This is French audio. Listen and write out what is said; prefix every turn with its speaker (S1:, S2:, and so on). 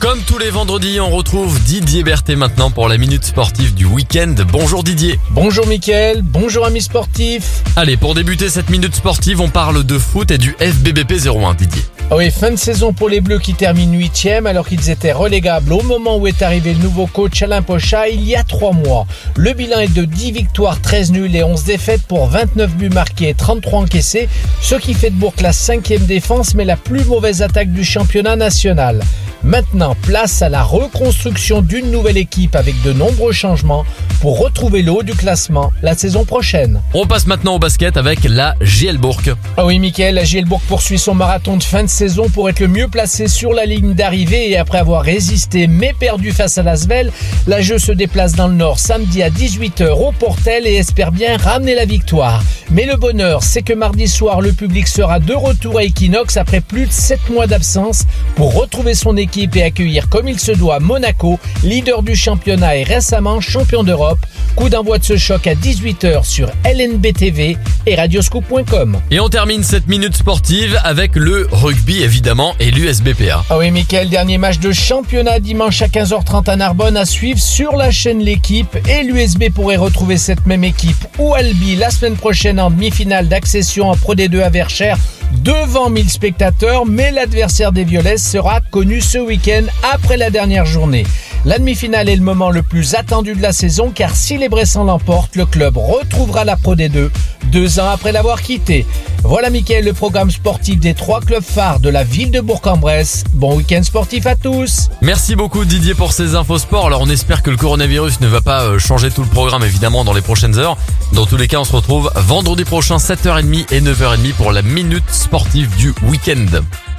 S1: Comme tous les vendredis, on retrouve Didier Berthet maintenant pour la minute sportive du week-end. Bonjour Didier.
S2: Bonjour Mickaël, bonjour amis sportifs.
S1: Allez, pour débuter cette minute sportive, on parle de foot et du FBBP 01, Didier.
S2: Oui, fin de saison pour les Bleus qui terminent 8e alors qu'ils étaient relégables au moment où est arrivé le nouveau coach Alain Pocha il y a 3 mois. Le bilan est de 10 victoires, 13 nuls et 11 défaites pour 29 buts marqués et 33 encaissés, ce qui fait de Bourg la 5e défense mais la plus mauvaise attaque du championnat national. Maintenant, place à la reconstruction d'une nouvelle équipe avec de nombreux changements pour retrouver le haut du classement la saison prochaine.
S1: On passe maintenant au basket avec la JL Bourg.
S2: Ah oui, Mickaël, la JL Bourg poursuit son marathon de fin de saison pour être le mieux placé sur la ligne d'arrivée et après avoir résisté mais perdu face à l'Asvel, la Jeu se déplace dans le Nord samedi à 18h au Portel et espère bien ramener la victoire. Mais le bonheur, c'est que mardi soir, le public sera de retour à Equinox après plus de 7 mois d'absence pour retrouver son équipe et accueillir comme il se doit Monaco, leader du championnat et récemment champion d'Europe. Coup d'envoi de ce choc à 18h sur LNB TV et radioscoop.com.
S1: Et on termine cette minute sportive avec le rugby évidemment et l'USBPA.
S2: Ah oui, Mickaël, dernier match de championnat dimanche à 15h30 à Narbonne à suivre sur la chaîne L'équipe et l'USB pourrait retrouver cette même équipe ou Albi la semaine prochaine en demi-finale d'accession en Pro D2 à Verchères devant 1000 spectateurs, mais l'adversaire des Violets sera connu ce week-end après la dernière journée. La demi-finale est le moment le plus attendu de la saison car si les Bressans l'emportent, le club retrouvera la Pro D2 2 ans après l'avoir quitté. Voilà Mickaël, le programme sportif des 3 clubs phares de la ville de Bourg-en-Bresse. Bon week-end sportif à tous.
S1: Merci beaucoup Didier pour ces infos sport. Alors on espère que le coronavirus ne va pas changer tout le programme évidemment dans les prochaines heures. Dans tous les cas, on se retrouve vendredi prochain 7h30 et 9h30 pour la minute sportive du week-end.